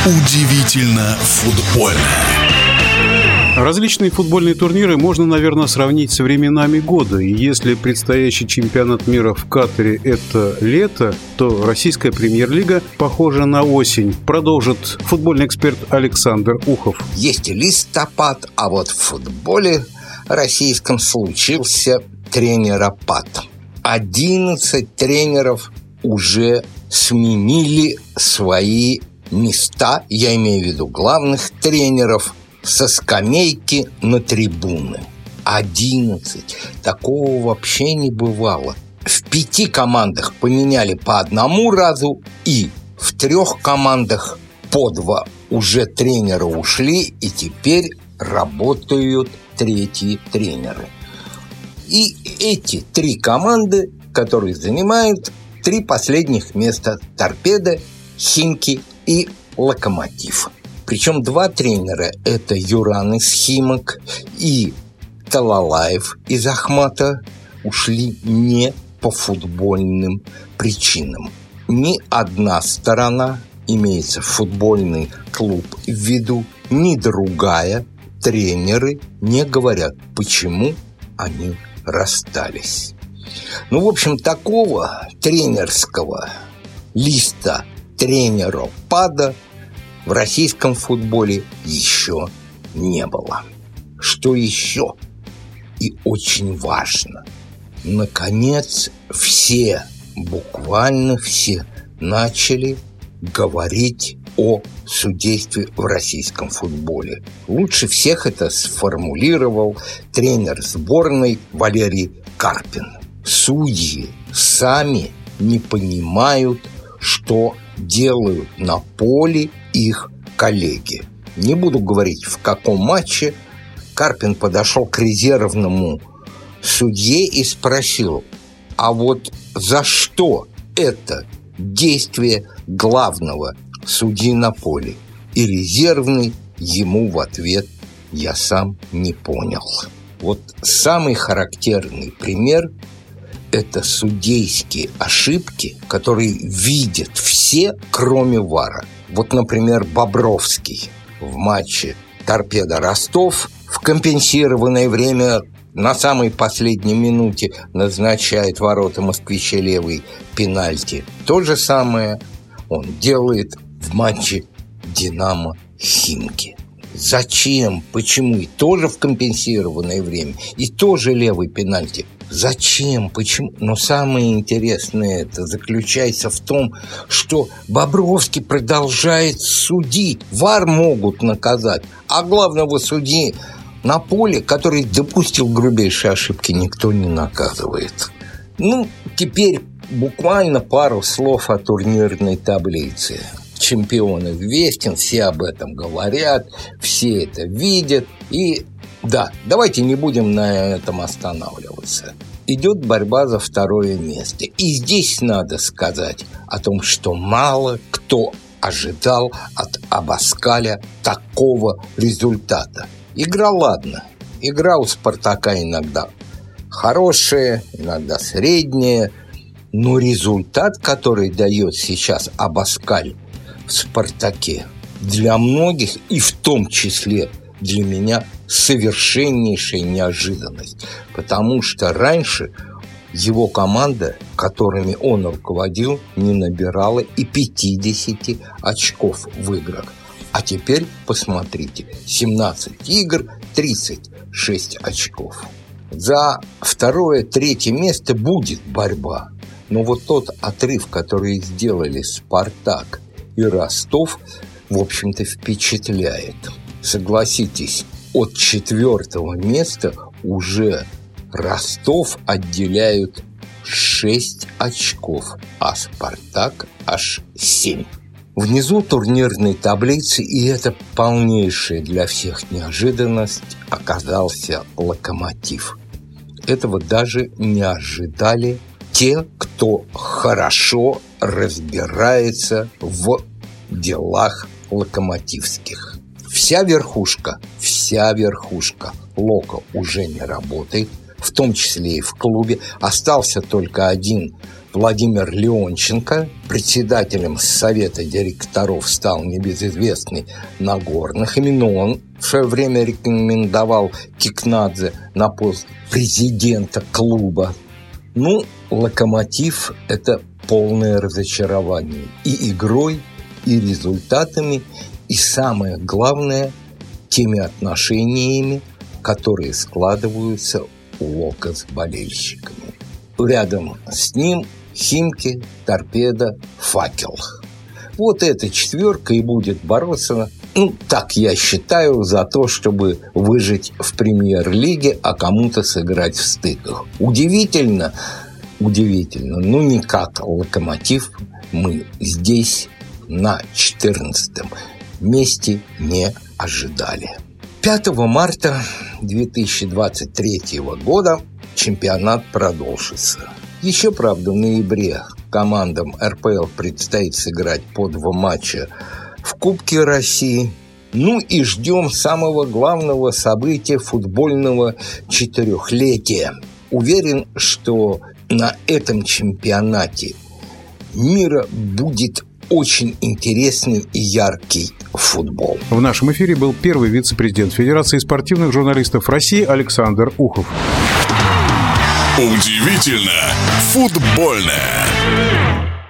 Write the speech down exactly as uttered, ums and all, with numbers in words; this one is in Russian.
Удивительно футбольно. Различные футбольные турниры можно, наверное, сравнить с временами года. И если предстоящий чемпионат мира в Катаре – это лето, то российская премьер-лига похожа на осень. Продолжит футбольный эксперт Александр Ухов. Есть листопад, а вот в футболе российском случился тренеропад. одиннадцать тренеров уже сменили свои места, я имею в виду главных тренеров, со скамейки на трибуны. одиннадцать. Такого вообще не бывало. В пяти командах поменяли по одному разу, и в трех командах по два. Уже тренеры ушли, и теперь работают третьи тренеры. И эти три команды, которые занимают три последних места: Торпедо, Химки и Локомотив. Причем два тренера – это Юран из Химок и Талалаев из Ахмата – ушли не по футбольным причинам. Ни одна сторона, имеется футбольный клуб в виду, ни другая, тренеры не говорят, почему они расстались. Ну, в общем, такого тренерского листа тренеропада в российском футболе еще не было. Что еще? И очень важно. Наконец, все, буквально все, начали говорить о судействе в российском футболе. Лучше всех это сформулировал тренер сборной Валерий Карпин. Судьи сами не понимают, что делают на поле их коллеги. Не буду говорить, в каком матче. Карпин подошел к резервному судье и спросил: а вот за что это действие главного судьи на поле? И резервный ему в ответ: я сам не понял. Вот самый характерный пример – это судейские ошибки, которые видят все, кроме ВАРа. Вот, например, Бобровский в матче «Торпедо-Ростов» в компенсированное время на самой последней минуте назначает ворота москвича левый пенальти. То же самое он делает в матче «Динамо-Химки». Зачем? Почему? И тоже в компенсированное время, и тоже левый пенальти. Зачем? Почему? Но самое интересное это заключается в том, что Бобровский продолжает судить. ВАР могут наказать, а главного судьи на поле, который допустил грубейшие ошибки, никто не наказывает. Ну, теперь буквально пару слов о турнирной таблице. Чемпион известен, все об этом говорят, все это видят. И да, давайте не будем на этом останавливаться. Идет борьба за второе место. И здесь надо сказать о том, что мало кто ожидал от Абаскаля такого результата. Игра, ладно, игра у «Спартака» иногда хорошая, иногда средняя, но результат, который дает сейчас Абаскаль в «Спартаке», для многих, и в том числе для меня, совершеннейшая неожиданность. Потому что раньше его команда, которыми он руководил, не набирала и пятьдесят очков в играх. А теперь посмотрите, семнадцать игр, тридцать шесть очков. За второе, третье место будет борьба. Но вот тот отрыв, который сделали «Спартак» и «Ростов», в общем-то, впечатляет. Согласитесь, от четвертого места уже Ростов отделяют шесть очков, а «Спартак» аж семь. Внизу турнирной таблицы, и это полнейшая для всех неожиданность, оказался «Локомотив». Этого даже не ожидали те, кто хорошо разбирается в делах локомотивских. Вся верхушка, вся верхушка Локо уже не работает, в том числе и в клубе. Остался только один Владимир Леонченко. Председателем совета директоров стал небезызвестный Нагорных. Именно он в свое время рекомендовал Кикнадзе на пост президента клуба. Ну, «Локомотив» – это полное разочарование и игрой, и результатами, и самое главное – теми отношениями, которые складываются у Лока с болельщиками. Рядом с ним Химки, Торпедо, Факел. Вот эта четверка и будет бороться, ну, так я считаю, за то, чтобы выжить в премьер-лиге, а кому-то сыграть в стыках. Удивительно, удивительно, ну, никак «Локомотив» мы здесь на четырнадцатом месте не ожидали. пятого марта две тысячи двадцать третьего года чемпионат продолжится. Еще, правда, в ноябре командам эр пэ эл предстоит сыграть по два матча в Кубке России. Ну и ждем самого главного события футбольного четырехлетия. Уверен, что на этом чемпионате мира будет очень интересный и яркий футбол. В нашем эфире был первый вице-президент Федерации спортивных журналистов России Александр Ухов. Удивительно футбольное.